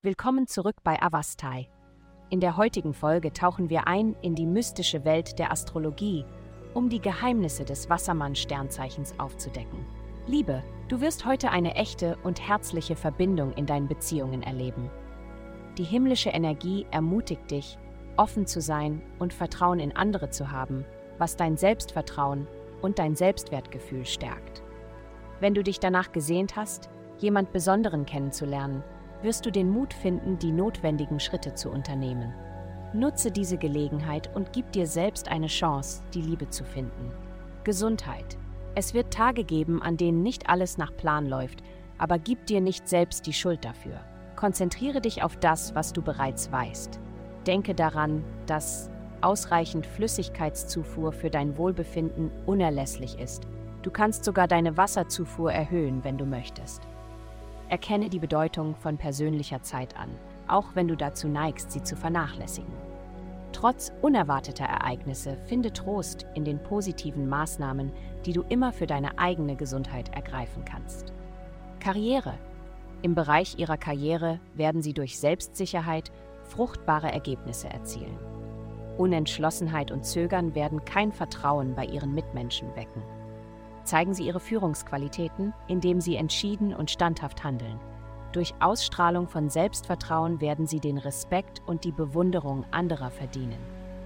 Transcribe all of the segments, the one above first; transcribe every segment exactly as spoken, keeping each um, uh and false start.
Willkommen zurück bei Avastai. In der heutigen Folge tauchen wir ein in die mystische Welt der Astrologie, um die Geheimnisse des Wassermann-Sternzeichens aufzudecken. Liebe, du wirst heute eine echte und herzliche Verbindung in deinen Beziehungen erleben. Die himmlische Energie ermutigt dich, offen zu sein und Vertrauen in andere zu haben, was dein Selbstvertrauen und dein Selbstwertgefühl stärkt. Wenn du dich danach gesehnt hast, jemand Besonderen kennenzulernen, wirst du den Mut finden, die notwendigen Schritte zu unternehmen. Nutze diese Gelegenheit und gib dir selbst eine Chance, die Liebe zu finden. Gesundheit. Es wird Tage geben, an denen nicht alles nach Plan läuft, aber gib dir nicht selbst die Schuld dafür. Konzentriere dich auf das, was du bereits weißt. Denke daran, dass ausreichend Flüssigkeitszufuhr für dein Wohlbefinden unerlässlich ist. Du kannst sogar deine Wasserzufuhr erhöhen, wenn du möchtest. Erkenne die Bedeutung von persönlicher Zeit an, auch wenn du dazu neigst, sie zu vernachlässigen. Trotz unerwarteter Ereignisse finde Trost in den positiven Maßnahmen, die du immer für deine eigene Gesundheit ergreifen kannst. Karriere. Im Bereich ihrer Karriere werden sie durch Selbstsicherheit fruchtbare Ergebnisse erzielen. Unentschlossenheit und Zögern werden kein Vertrauen bei ihren Mitmenschen wecken. Zeigen sie ihre Führungsqualitäten, indem sie entschieden und standhaft handeln. Durch Ausstrahlung von Selbstvertrauen werden sie den Respekt und die Bewunderung anderer verdienen.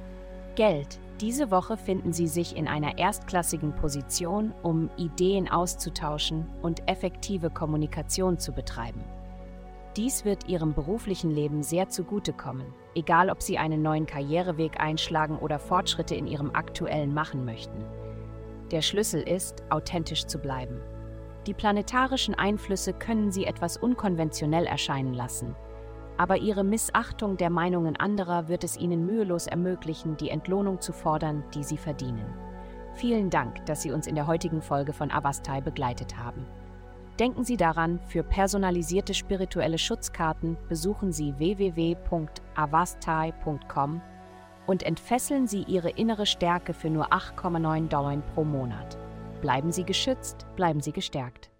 Geld. Diese Woche finden sie sich in einer erstklassigen Position, um Ideen auszutauschen und effektive Kommunikation zu betreiben. Dies wird ihrem beruflichen Leben sehr zugutekommen, egal ob sie einen neuen Karriereweg einschlagen oder Fortschritte in ihrem aktuellen machen möchten. Der Schlüssel ist, authentisch zu bleiben. Die planetarischen Einflüsse können sie etwas unkonventionell erscheinen lassen, aber ihre Missachtung der Meinungen anderer wird es ihnen mühelos ermöglichen, die Entlohnung zu fordern, die sie verdienen. Vielen Dank, dass Sie uns in der heutigen Folge von Avastai begleitet haben. Denken Sie daran, für personalisierte spirituelle Schutzkarten besuchen Sie w w w punkt avastai punkt com und entfesseln Sie Ihre innere Stärke für nur acht Komma neun Dollar pro Monat. Bleiben Sie geschützt, bleiben Sie gestärkt.